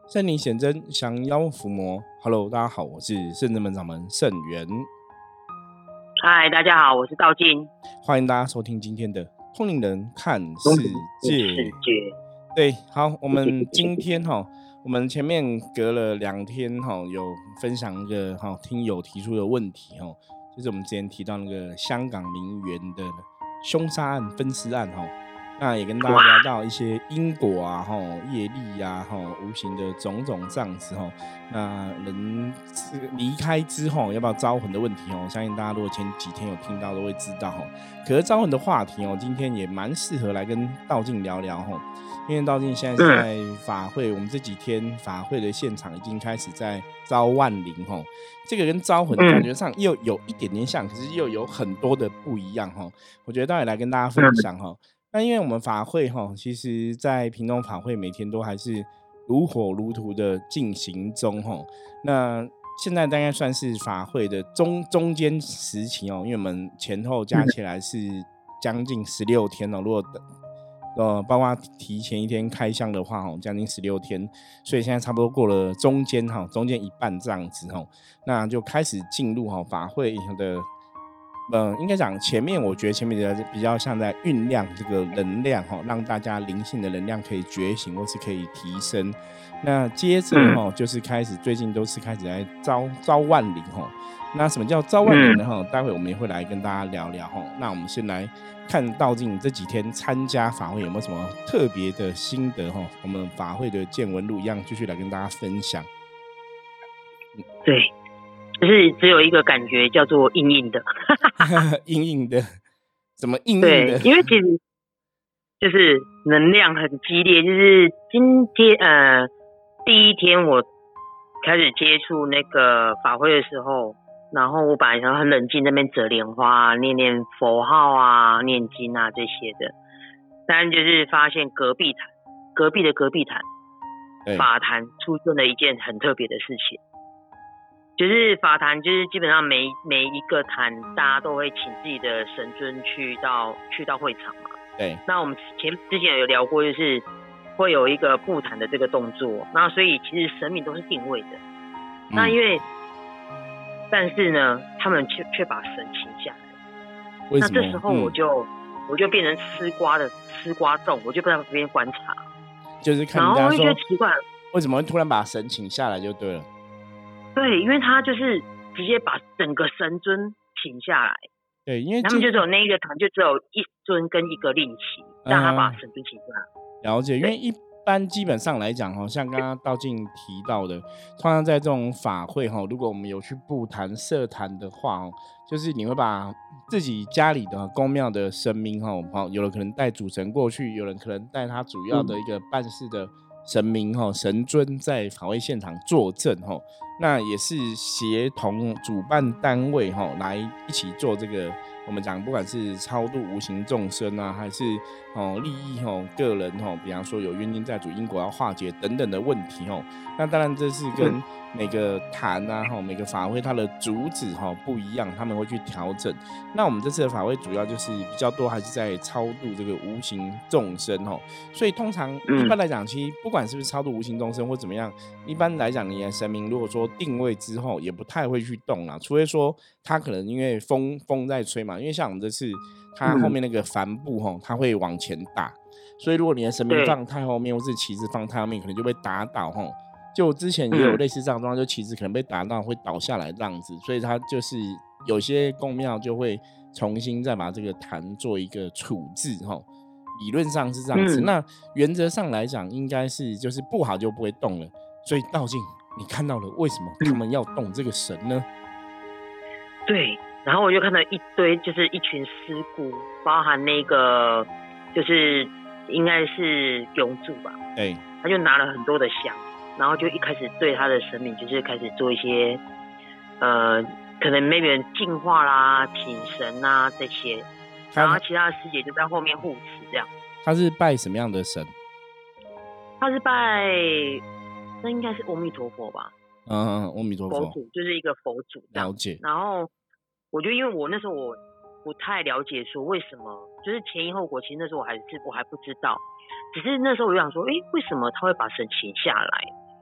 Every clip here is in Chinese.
圣灵显真，降妖伏魔。Hello， 大家好，我是圣真门掌门圣元。 嗨，大家好，我是道静。 欢迎大家收听今天的通灵人看世界。对，好，我们今天我们前面隔了2天有分享一个听友提出的问题就是我们之前提到那个香港名媛的凶杀案、分尸案那也跟大家聊到一些因果啊、业力啊、无形的种种这样子那人离开之后要不要招魂的问题相信大家如果前几天有听到都会知道可是招魂的话题今天也蛮适合来跟道静聊聊因为道静现在是在法会，我们这几天法会的现场已经开始在招万灵这个跟招魂感觉上又有一点点像，可是又有很多的不一样我觉得待会来跟大家分享那因为我们法会其实在屏东法会每天都还是如火如荼的进行中那现在大概算是法会的中间时期因为我们前后加起来是将近16天如果包括提前一天开箱的话将近16天，所以现在差不多过了中间一半这样子那就开始进入法会的应该讲前面，我觉得前面的比较像在酝酿这个能量让大家灵性的能量可以觉醒或是可以提升。那接着就是开始最近都是开始来招万灵那什么叫招万灵呢待会我们也会来跟大家聊聊那我们先来看道静这几天参加法会有没有什么特别的心得我们法会的见闻录一样继续来跟大家分享。 对，就是只有一个感觉叫做硬硬的硬硬的，怎么硬硬的？ 对，因为其实就是能量很激烈，就是今天第一天我开始接触那个法会的时候，然后我本来想很冷静那边折莲花念念佛号啊念经啊这些的，但就是发现隔壁的隔壁坛法坛出现了一件很特别的事情，就是法坛就是基本上每一个坛大家都会请自己的神尊去到会场嘛。 对。那我们之前有聊过，就是会有一个布坛的这个动作，那所以其实神明都是定位的。那但是呢，他们却把神请下来。 为什么？ 那这时候我就变成吃瓜众，我就在旁边观察， 就是看人家说， 然后就觉得奇怪， 为什么会突然把神请下来就对了。 对，因为他就是直接把整个神尊请下来。 对，因为他们就只有那一个坛，就只有一尊跟一个令旗，让他把神尊请下来。 了解，因为一般基本上来讲像刚刚道静提到的，通常在这种法会如果我们有去布坛设坛的话就是你会把自己家里的宫庙的神明有人可能带主神过去，有人可能带他主要的一个办事的神明神尊在法会现场坐镇那也是协同主办单位来一起做这个我们讲不管是超度无形众生啊，还是利益个人比方说有冤亲债主因果要化解等等的问题那当然这是跟每个坛啊每个法会它的主旨不一样，他们会去调整。那我们这次的法会主要就是比较多还是在超度这个无形众生所以通常一般来讲其实不管是不是超度无形众生或怎么样，一般来讲你的神明如果说定位之后也不太会去动啦，除非说他可能因为风在吹嘛，因为像我们这次他后面那个帆布他会往前打，所以如果你的神明放太后面或是旗子放太后面可能就被打倒就之前也有类似这样的状况，就旗子可能被打到会倒下来这样子，所以他就是有些宫庙就会重新再把这个坛做一个处置理论上是这样子那原则上来讲应该是就是不好就不会动了。所以道静你看到了为什么他们要动这个神呢？ 对，然后我就看到一堆就是一群尸骨，包含那个就是应该是永主吧， 对， 他就拿了很多的香，然后就一开始对他的神明就是开始做一些可能 maybe 净化啦请神啊这些，然后其他的师姐就在后面护持这样。 他是拜什么样的神？ 他是拜那应该是阿弥陀佛吧。 阿弥陀佛， 佛祖就是一个佛祖这样。 了解。 然后我觉得因为我那时候我不太了解说为什么就是前因后果，其实那时候我还不知道，只是那时候我就想说为什么他会把神请下来。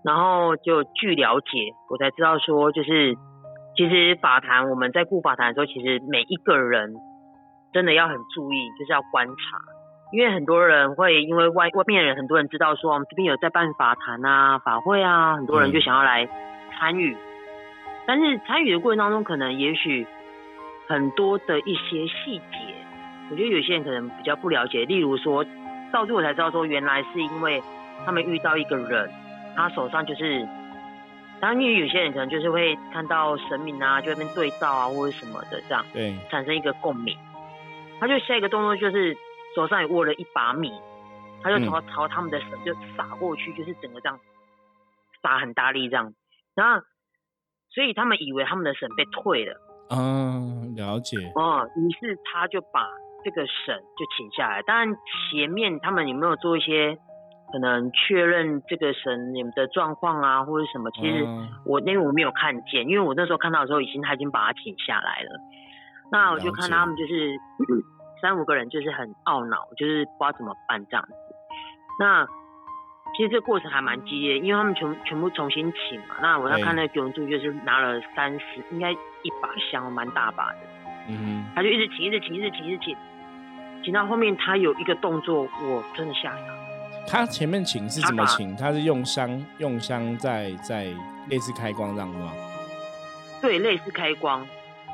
然后就据了解，我才知道说，就是其实法坛我们在顾法坛的时候，其实每一个人真的要很注意，就是要观察，因为很多人会因为外面人很多人知道说我们这边有在办法坛啊、法会啊，很多人就想要来参与，但是参与的过程当中，可能也许很多的一些细节，我觉得有些人可能比较不了解，例如说，到最后我才知道说，原来是因为他们遇到一个人，他手上就是，当然因为有些人可能就是会看到神明啊，就在那边对照啊或者什么的这样， 对， 产生一个共鸣。他就下一个动作就是手上也握了一把米，他就朝他们的神就撒过去，就是整个这样撒很大力这样，然后所以他们以为他们的神被退了。 了解。 于是他就把这个神就请下来。当然前面他们有没有做一些可能确认这个神你们的状况啊，或者什么？其实因为我没有看见，因为我那时候看到的时候他已经把他请下来了。那我就看他们就是3-5个人就是很懊恼，就是不知道怎么办这样子。那其实这个过程还蛮激烈，因为他们全部重新请嘛。那我要看那个九人柱就是拿了30，应该1把香，蛮大把的。他就一直请到后面，他有一个动作，我真的吓傻。 他前面请是怎么请？他是用香在类似开光这样吗？ 对，类似开光。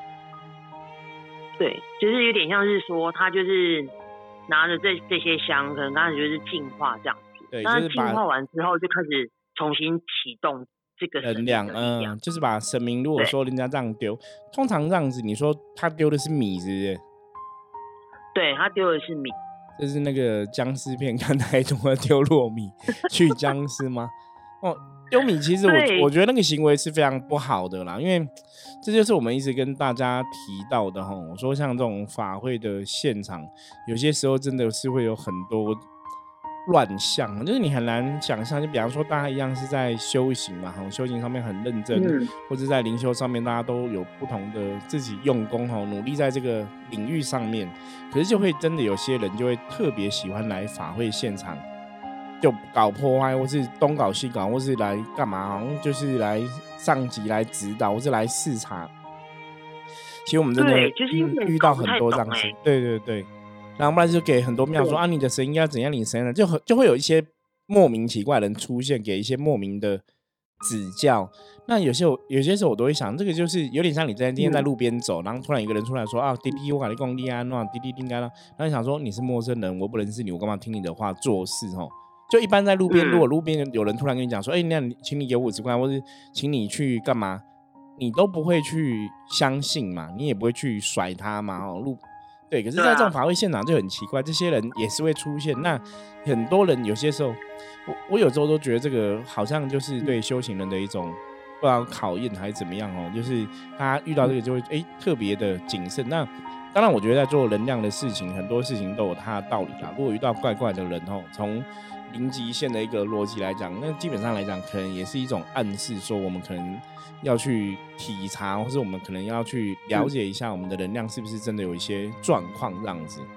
对，就是有点像是说，他就是拿着这些香，可能刚开始就是净化这样子。 对， 但是净化完之后，就开始重新启动这个能量。就是把神明，如果说人家这样丢，通常这样子，你说他丢的是米，是不是？ 对，他丢的是米。 这是那个僵尸片看太多丢糯米去僵尸吗？丢米其实我觉得那个行为是非常不好的啦，因为这就是我们一直跟大家提到的我说像这种法会的现场，有些时候真的是会有很多乱象，就是你很难想象，就比方说大家一样是在修行嘛，修行上面很认真，或者在灵修上面大家都有不同的自己用功，努力在这个领域上面，可是就会真的有些人就会特别喜欢来法会现场就搞破坏，或是东搞西搞，或是来干嘛，好像就是来上级来指导，或是来视察。其实我们真的遇到很多这样子，对，然后不然就给很多庙说你的神应该怎样，你神就会有一些莫名奇怪的人出现，给一些莫名的指教。那有些时候我都会想，这个就是有点像你今天在路边走，然后突然一个人出来说弟弟我跟你讲你安怎弟弟应该，然后你想说你是陌生人，我不认识你，我干嘛听你的话做事就一般在路边，如果路边有人突然跟你讲说那请你给我50块，或是请你去干嘛，你都不会去相信嘛，你也不会去甩他嘛对，可是在这种法会现场就很奇怪，这些人也是会出现。那很多人有些时候我有时候都觉得这个好像就是对修行人的一种不知道考验还是怎么样就是大家遇到这个就会特别的谨慎。那当然我觉得在做能量的事情，很多事情都有它的道理啦。如果遇到怪怪的人从零极限的一个逻辑来讲，那基本上来讲可能也是一种暗示，说我们可能要去体察，或是我们可能要去了解一下我们的能量是不是真的有一些状况这样子。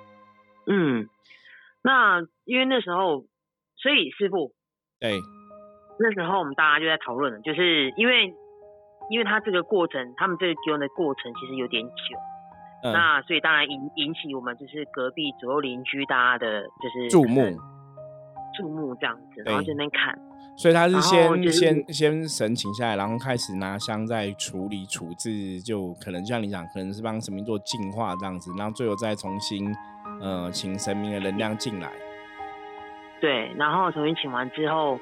那因为那时候，所以师父， 对， 那时候我们大家就在讨论了，就是因为他这个过程，他们这个结婚的过程其实有点久，那所以当然引起我们就是隔壁左右邻居大家的就是注目这样子，然后就在那边看。 所以他是先神请下来，然后开始拿香再处置，就可能像你讲，可能是帮神明做净化这样子，然后最后再重新请神明的能量进来。 对，然后重新请完之后，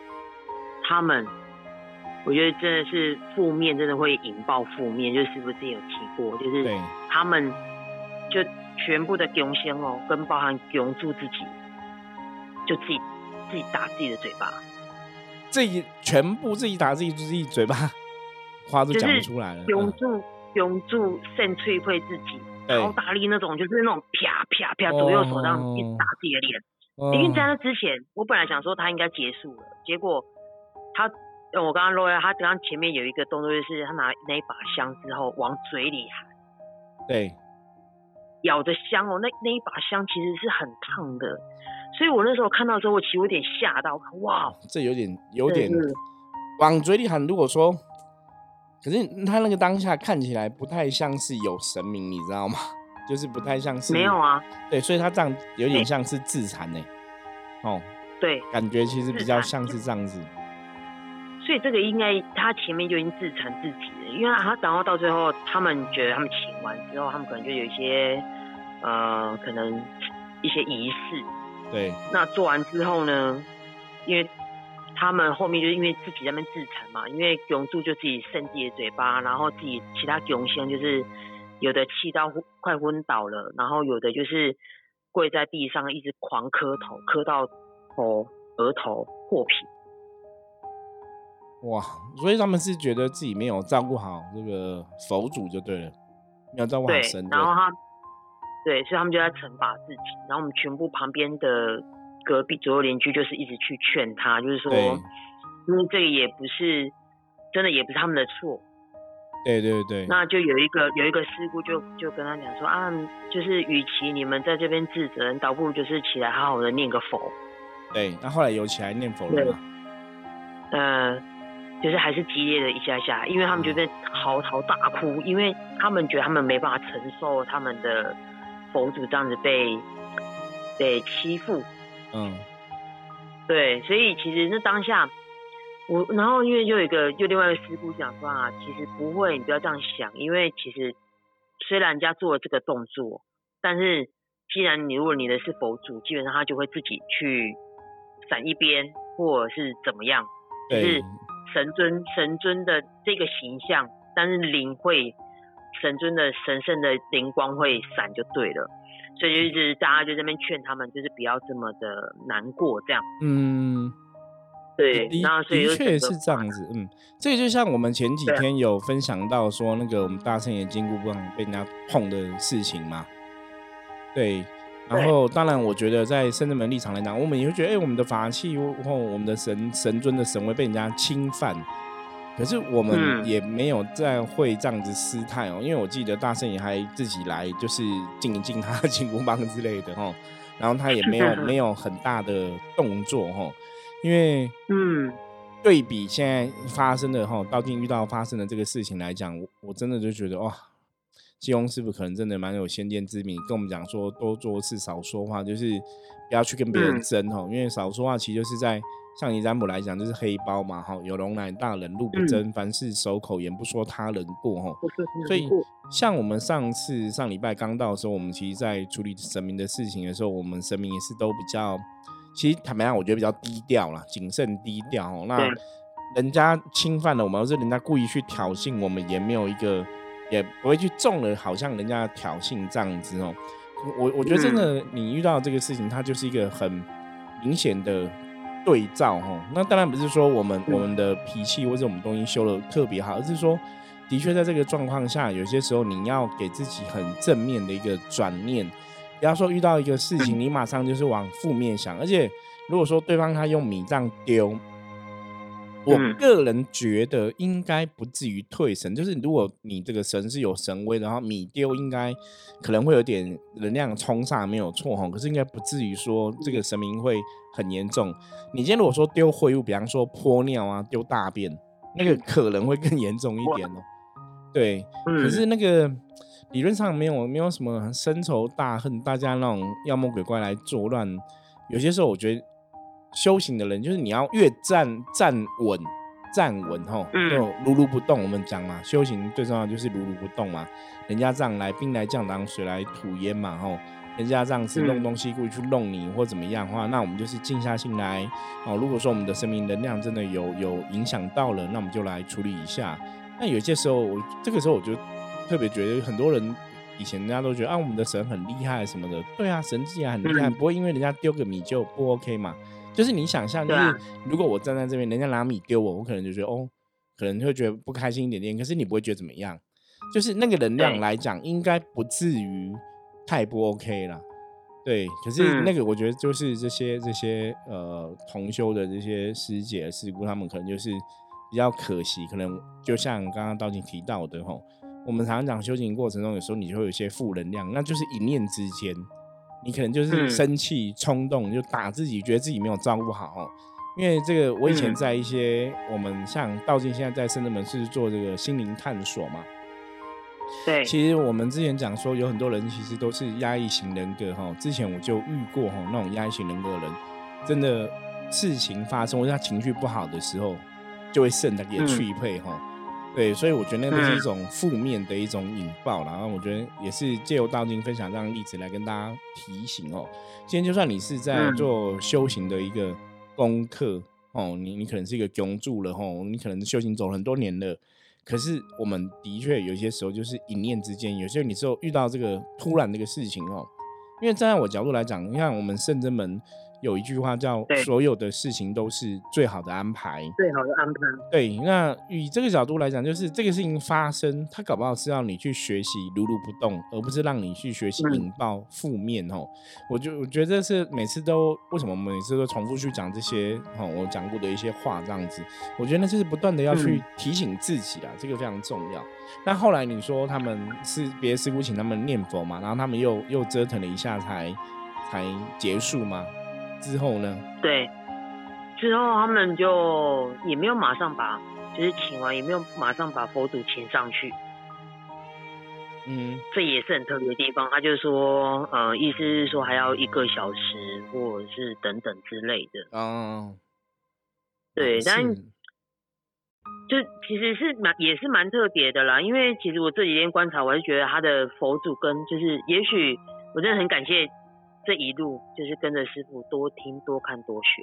我觉得真的是负面，真的会引爆负面，就是师父自己有提过，就是他们就全部的供香跟包含供住自己，就自己打自己的嘴巴。 全部自己打自己嘴巴，话都讲不出来了。 用住肾脆会自己超大力那种，就是那种啪啪啪左右手这样一直打自己的脸。因为在那之前，我本来想说他应该结束了，结果我刚刚漏了，他刚刚前面有一个动作，就是他拿那一把香之后往嘴里含， 对， 咬着香那一把香其实是很烫的。所以我那时候看到的时候，我其实有点吓到，哇， 这有点往嘴里喊，如果说，可是他那个当下看起来不太像是有神明，你知道吗？就是不太像是没有啊， 对，所以他这样有点像是自残呢、哦， 对， 感觉其实比较像是这样子。 所以这个应该他前面就已经自残自己了，因为他然后到最后，他们觉得他们请完之后，他们可能就有一些可能一些仪式。 对。 那做完之后呢，因为他们后面就是因为自己在那边自残嘛，因为永住就自己剩自己的嘴巴，然后自己其他永先就是有的气到快昏倒了，然后有的就是跪在地上一直狂磕头，磕到额头破皮。 哇，所以他们是觉得自己没有照顾好这个佛祖就对了，没有照顾好神。 对，然后对，所以他们就在惩罚自己。然后我们全部旁边的隔壁左右邻居就是一直去劝他，就是说，因为这个也不是真的，也不是他们的错。 对对对。 那就有一个师姑就跟他讲说啊，就是与其你们在这边自责，倒不如就是起来好好的念个佛。 对，那后来有起来念佛了吗？ 就是还是激烈的一下下，因为他们就在嚎大哭，因为他们觉得他们没办法承受他们的佛祖这样子被欺负。对，所以其实那当下然后因为就另外一个师姑讲说啊，其实不会，你不要这样想，因为其实虽然人家做了这个动作，但是既然如果你的是佛祖，基本上他就会自己去闪一边，或者是怎么样，就是神尊的这个形象，但是神尊的神圣的灵光会闪就对了，所以就是大家就在那边劝他们，就是不要这么的难过这样。对， 的确是这样子。这个就像我们前几天有分享到说那个我们大圣爷金箍棒被人家碰的事情嘛。对，然后当然我觉得在圣真门立场来讲，我们也会觉得我们的法器或我们的神尊的神威被人家侵犯，可是我们也没有再会这样子失态因为我记得大圣爷还自己来就是敬一敬他的金箍棒之类的然后他也没有很大的动作因为对比现在发生的道境遇到发生的这个事情来讲，我真的就觉得哇，济公师傅可能真的蛮有先见之明，跟我们讲说多做事少说话，就是不要去跟别人争因为少说话其实就是在像以占卜来讲就是黑包嘛有容乃大，忍辱不争，凡事守口，言不说他人过所以像我们上礼拜刚到的时候，我们其实在处理神明的事情的时候，我们神明也是都比较，其实坦白讲我觉得比较低调啦，谨慎低调那人家侵犯了我们，或是人家故意去挑衅我们，也没有一个也不会去中了好像人家挑衅这样子我觉得真的你遇到这个事情它就是一个很明显的对照那当然不是说我们的脾气或者我们东西修得特别好，而是说的确在这个状况下，有些时候你要给自己很正面的一个转念，不要说遇到一个事情你马上就是往负面想，而且如果说对方他用米这样丢，我个人觉得应该不至于退神，就是如果你这个神是有神威的，然后米丢应该可能会有点能量冲煞没有错可是应该不至于说这个神明会很严重。你今天如果说丢秽物，比方说泼尿啊丢大便，那个可能会更严重一点对，可是那个理论上没有什么深仇大恨，大家那种妖魔鬼怪来作乱，有些时候我觉得修行的人就是你要越站稳就如如不动。我们讲嘛，修行最重要就是如如不动嘛。人家这样来兵来将挡，水来土淹嘛人家这样子弄东西故意去弄你或怎么样的话，那我们就是静下心来如果说我们的生命能量真的有影响到了，那我们就来处理一下。那有些时候这个时候我就特别觉得很多人以前人家都觉得我们的神很厉害什么的，对啊，神既然很厉害不会因为人家丢个米就不 OK 嘛。就是你想象，就是如果我站在这边，人家拿米丢我可能就觉得可能会觉得不开心一点点，可是你不会觉得怎么样，就是那个能量来讲应该不至于太不 OK 啦。对，可是那个我觉得就是这些同修的这些师姐师姑，他们可能就是比较可惜，可能就像刚刚道静提到的我们常常讲修行过程中有时候你就会有一些负能量，那就是一念之间你可能就是生气冲动就打自己，觉得自己没有照顾好因为这个我以前在一些我们像道静现在在圣真门是做这个心灵探索嘛， 对， 其实我们之前讲说有很多人其实都是压抑型人格之前我就遇过那种压抑型人格的人，真的事情发生或者他情绪不好的时候就会肾的也去配对，所以我觉得那都是一种负面的一种引爆，然后我觉得也是借由道经分享这样的例子来跟大家提醒今天就算你是在做修行的一个功课你可能是一个供住了你可能修行走了很多年了，可是我们的确有些时候就是一念之间，有些你之后遇到这个突然的一个事情因为站在我角度来讲，你看我们圣真门有一句话叫所有的事情都是最好的安排， 最好的安排。 对，那以这个角度来讲，就是这个事情发生，它搞不好是要你去学习如如不动，而不是让你去学习引爆负面我觉得这是每次都为什么我们每次都重复去讲这些我讲过的一些话这样子，我觉得那就是不断的要去提醒自己啦，这个非常重要。那后来你说他们是别的师父请他们念佛嘛，然后他们又折腾了一下才结束吗？之后呢？ 对，之后他们就也没有马上就是请完也没有马上把佛祖请上去。这也是很特别的地方。他就说，意思是说还要1个小时，或者是等等之类的。对，但就其实也是蛮特别的啦。因为其实我这几天观察，我还是觉得他的佛祖跟就是也许我真的很感谢。这一路就是跟着师父多听多看多学，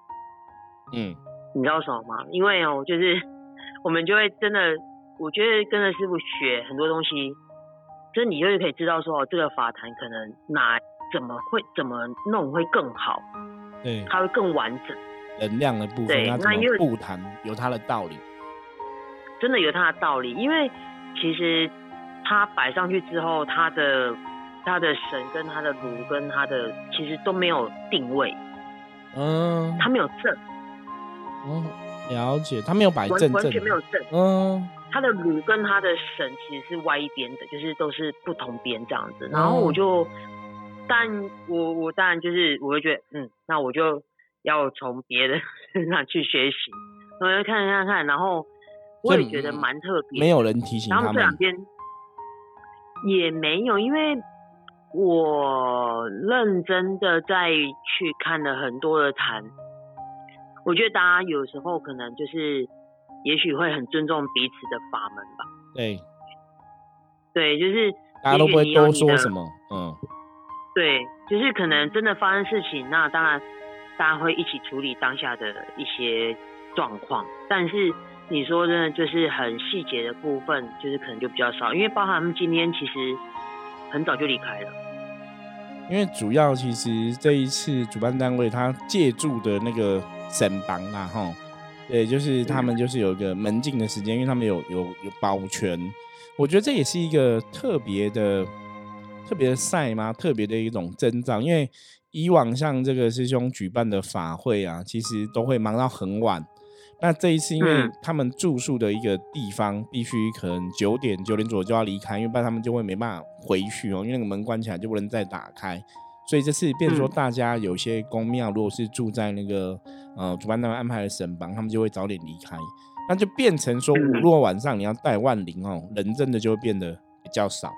你知道什么吗？因为就是我们就会真的，我觉得跟着师父学很多东西，就是你就可以知道说这个法坛可能怎么弄会更好，对，它会更完整。 能量的部分，它怎么布坛有它的道理， 真的有它的道理。因为其实它摆上去之后，他的神跟他的炉跟他的其实都没有定位，他没有正， 了解，他没有摆正， 完全没有正，他的炉跟他的神其实是歪一边的，就是都是不同边这样子。然后我就，我当然就是我会觉得，那我就要从别人身上去学习，我就看，然后我也觉得蛮特别， 没有人提醒他们， 然后这两边也没有，因为。我认真的在去看了很多的坛，我觉得大家有时候可能就是也许会很尊重彼此的法门吧。对，就是大家都不会多说什么， 对，就是可能真的发生事情，那当然大家会一起处理当下的一些状况，但是你说真的就是很细节的部分，就是可能就比较少，因为包含他们今天其实很早就离开了， 因为主要其实这一次主办单位他借助的那个省房啦对，就是他们就是有一个门禁的时间，因为他们有保全，我觉得这也是一个特别的赛吗？特别的一种征兆，因为以往像这个师兄举办的法会啊，其实都会忙到很晚。那这一次，因为他们住宿的一个地方必须可能9点左右就要离开，因为不然他们就会没办法回去因为那个门关起来就不能再打开。所以这次变成说，大家有些宫庙如果是住在那个主办单位安排的省房，他们就会早点离开。那就变成说，如果晚上你要带万灵人真的就会变得比较少。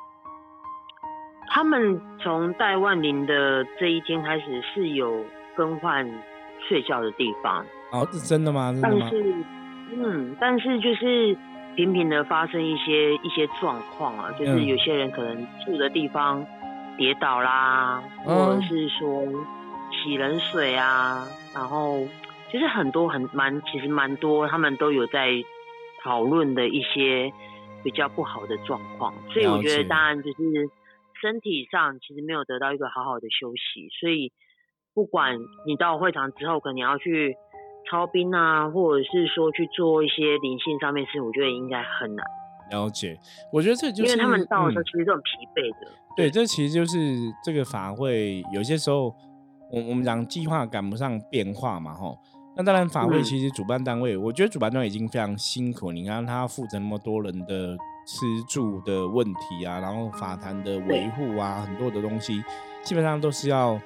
他们从带万灵的这一天开始是有更换睡觉的地方。 是真的吗？ 但是就是频频的发生一些状况啊，就是有些人可能住的地方跌倒啦，或者是说洗冷水啊，然后就是很多其实蛮多，他们都有在讨论的一些比较不好的状况，所以我觉得当然就是身体上其实没有得到一个好好的休息，所以不管你到会场之后可能你要去操兵啊，或者是说去做一些灵性上面事，我觉得应该很难。 了解，我觉得这就是因为他们到的时候其实都很疲惫的。 对，这其实就是这个法会有些时候我们讲计划赶不上变化嘛那当然法会其实主办单位，我觉得主办单位已经非常辛苦，你看他要负责那么多人的吃住的问题啊，然后法坛的维护啊，很多的东西基本上都是要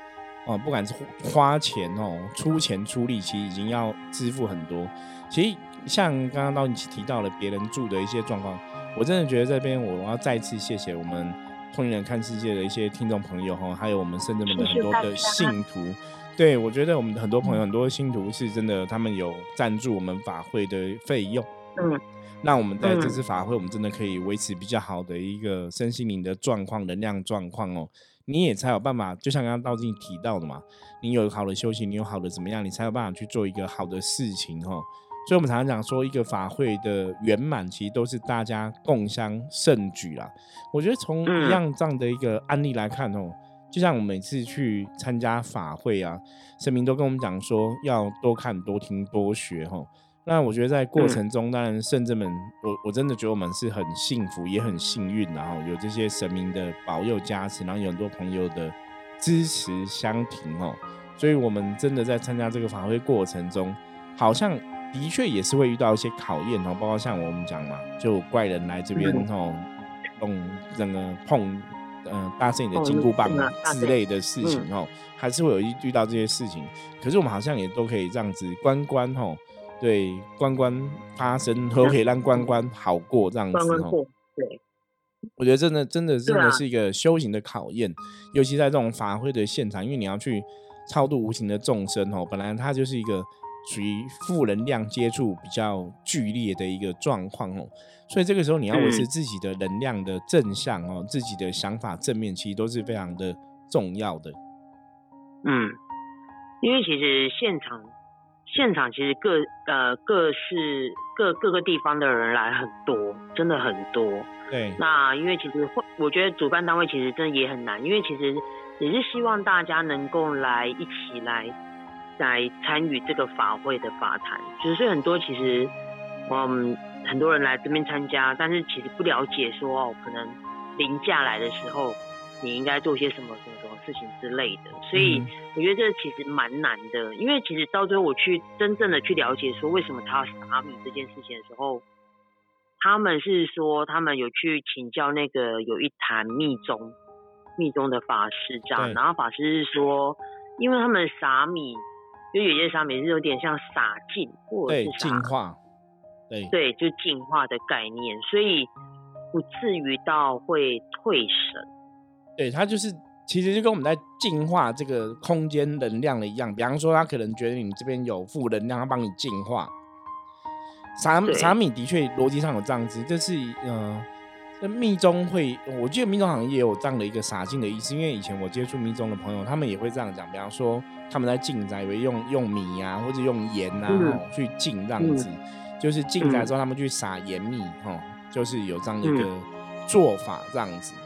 不管是花钱出钱出力，其实已经要支付很多。其实像刚刚到你提到了别人住的一些状况，我真的觉得这边我要再次谢谢我们通灵人看世界的一些听众朋友还有我们圣真门的很多的信徒。对，我觉得我们很多朋友很多信徒是真的，他们有赞助我们法会的费用，让我们在这次法会我们真的可以维持比较好的一个身心灵的状况能量状况你也才有办法，就像刚刚道静提到的嘛，你有好的休息，你有好的怎么样，你才有办法去做一个好的事情所以我们常常讲说，一个法会的圆满其实都是大家共襄盛举啦。我觉得从一样这样的一个案例来看就像我们每次去参加法会啊，神明都跟我们讲说要多看多听多学那我觉得在过程中当然圣真们我真的觉得我们是很幸福也很幸运有这些神明的保佑加持，然后有很多朋友的支持相挺所以我们真的在参加这个法会过程中，好像的确也是会遇到一些考验包括像我们讲嘛，就怪人来这边弄整个碰大圣你的金箍棒之类的事情还是会有遇到这些事情。可是我们好像也都可以这样子关关对，关关发生都可以让关关好过这样子对， 我觉得真的是一个修行的考验，尤其在这种法会的现场，因为你要去超度无形的众生本来它就是一个属于负能量接触比较剧烈的一个状况所以这个时候你要维持自己的能量的正向自己的想法正面，其实都是非常的重要的。 因为其实现场其实各个地方的人来很多，真的很多。 对， 那因为其实我觉得主办单位其实真的也很难，因为其实也是希望大家能够一起来参与这个法会的法坛，就是很多其实很多人来这边参加，但是其实不了解说可能临假来的时候你应该做些什么事情之类的，所以我觉得这其实蛮难的。因为其实到最后我去真正的去了解说为什么他要撒米这件事情的时候，他们是说他们有去请教那个有一坛密宗的法师这样，然后法师是说因为他们撒米就有些撒米是有点像洒净或者是净化， 对，就净化的概念，所以不至于到会退神。 对，它就是其实就跟我们在净化这个空间能量的一样，比方说他可能觉得你这边有负能量，他帮你净化。撒米的确逻辑上有这样子，这是密宗会，我记得密宗好像也有这样的一个洒净的意思，因为以前我接触密宗的朋友，他们也会这样讲，比方说他们在净宅，以为用米啊或者用盐啊去净这样子，就是净宅之后他们去撒盐米就是有这样的一个做法这样子。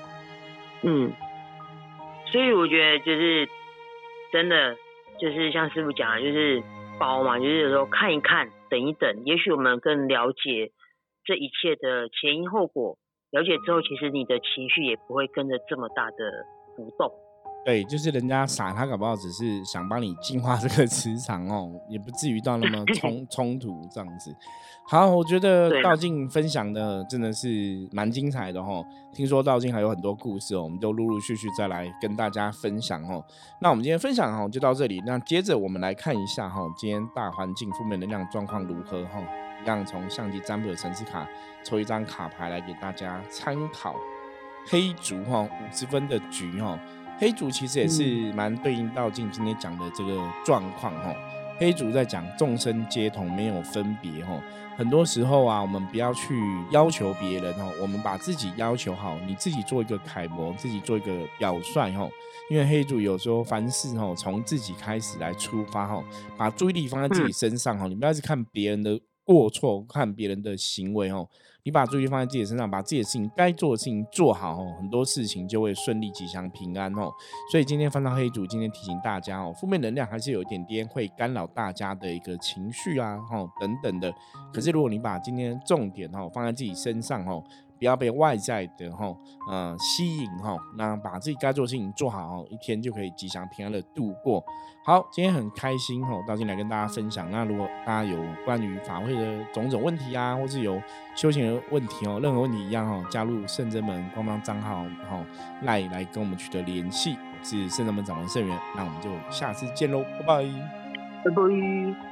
所以我觉得就是真的就是像师父讲的，就是包嘛，就是有时候看一看等一等，也许我们更了解这一切的前因后果，了解之后其实你的情绪也不会跟着这么大的浮动。 对，就是人家撒他搞不好只是想帮你净化这个磁场也不至于到那么冲突这样子。好，我觉得道静分享的真的是蛮精彩的听说道静还有很多故事我们就陆陆续续再来跟大家分享那我们今天分享就到这里，那接着我们来看一下今天大环境负面能量状况如何一样从相机占卜的神谕卡抽一张卡牌来给大家参考。黑竹50分的局黑竹其实也是蛮对应道静今天讲的这个状况黑竹在讲众生皆同，没有分别很多时候啊，我们不要去要求别人我们把自己要求好，你自己做一个楷模，自己做一个表率因为黑竹有时候凡事从自己开始来出发把注意力放在自己身上你不要去看别人的过错，看别人的行为你把注意力放在自己身上，把自己的事情该做的事情做好很多事情就会顺利吉祥平安所以今天翻到黑竹，今天提醒大家负面能量还是有一点点会干扰大家的一个情绪啊等等的。可是如果你把今天重点放在自己身上不要被外在的吸引那把自己该做的事情做好一天就可以吉祥平安的度过。好，今天很开心到今天来跟大家分享。那如果大家有关于法会的种种问题啊，或是有修行的问题任何问题一样加入圣真门官方账号来跟我们取得联系。我是圣真门掌门圣元，那我们就下次见喽，拜拜， 拜拜。